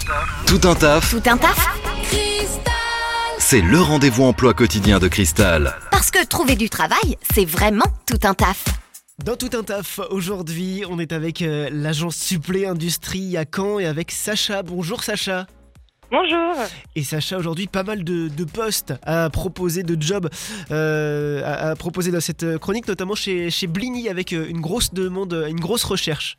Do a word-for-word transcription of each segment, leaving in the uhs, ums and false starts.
Tout un taf, Tout un taf? c'est le rendez-vous emploi quotidien de Cristal. Parce que trouver du travail, c'est vraiment tout un taf. Dans Tout un taf, aujourd'hui, on est avec euh, l'agence Supplé Industrie à Caen et avec Sacha. Bonjour Sacha. Bonjour. Et Sacha, aujourd'hui, pas mal de, de postes à proposer, de jobs euh, à, à proposer dans cette chronique, notamment chez, chez Bligny, avec euh, une grosse demande, une grosse recherche.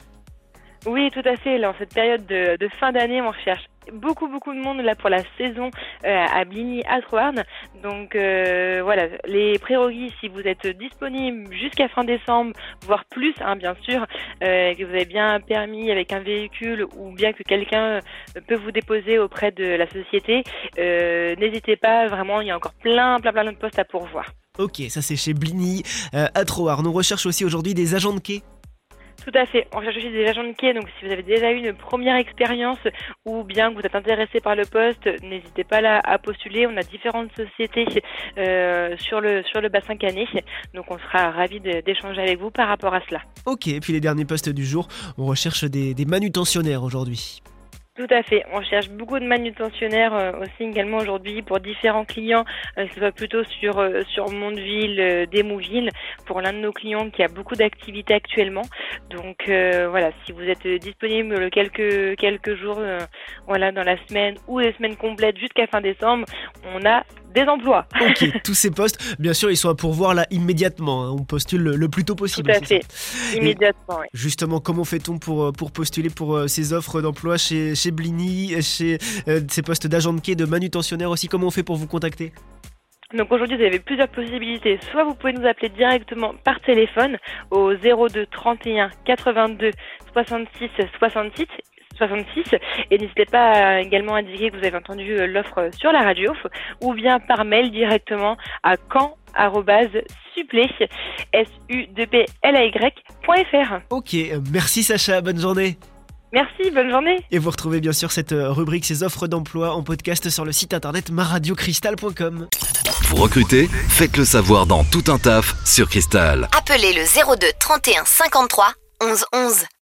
Oui, tout à fait. Là, en cette période de, de fin d'année, on recherche beaucoup, beaucoup de monde là pour la saison euh, à Bligny, à Troarn. Donc euh, voilà, les prérequis, si vous êtes disponible jusqu'à fin décembre, voire plus, hein, bien sûr, euh, que vous avez bien un permis avec un véhicule ou bien que quelqu'un peut vous déposer auprès de la société, euh, n'hésitez pas, vraiment, il y a encore plein, plein, plein de postes à pourvoir. Ok, ça c'est chez Bligny, euh, à Troarn. On recherche aussi aujourd'hui des agents de quai. Tout à fait. On cherche aussi des agents de quai, donc si vous avez déjà eu une première expérience ou bien que vous êtes intéressé par le poste, n'hésitez pas là à postuler. On a différentes sociétés euh, sur le sur le bassin canet, donc on sera ravis de, d'échanger avec vous par rapport à cela. Ok, et puis les derniers postes du jour, on recherche des, des manutentionnaires aujourd'hui. Tout à fait. On cherche beaucoup de manutentionnaires euh, aussi également aujourd'hui pour différents clients, euh, que ce soit plutôt sur euh, sur Mondeville, euh, Démouville, pour l'un de nos clients qui a beaucoup d'activités actuellement. Donc euh, voilà, si vous êtes disponible quelques quelques jours, euh, voilà, dans la semaine ou les semaines complètes jusqu'à fin décembre, on a des emplois. Ok, tous ces postes, bien sûr, ils sont à pourvoir là immédiatement. Hein. On postule le, le plus tôt possible. Tout à fait, ça. immédiatement. Oui. Justement, comment fait-on pour, pour postuler pour euh, ces offres d'emploi chez, chez Bligny, chez euh, ces postes d'agent de quai, de manutentionnaire aussi? Comment on fait pour vous contacter? Donc aujourd'hui, vous avez plusieurs possibilités. Soit vous pouvez nous appeler directement par téléphone au zéro deux trente et un quatre-vingt-deux soixante-six soixante-six soixante-six, et n'hésitez pas à également indiquer que vous avez entendu l'offre sur la radio, ou bien par mail directement à caen arobase supplé s u d p l a y point f r. Ok, euh, merci Sacha, bonne journée. Merci, bonne journée. Et vous retrouvez bien sûr cette rubrique, ces offres d'emploi en podcast sur le site internet ma radio cristal point com. Vous recrutez? Faites-le savoir dans Tout un taf sur Cristal. Appelez le zéro deux trente et un cinquante-trois onze onze.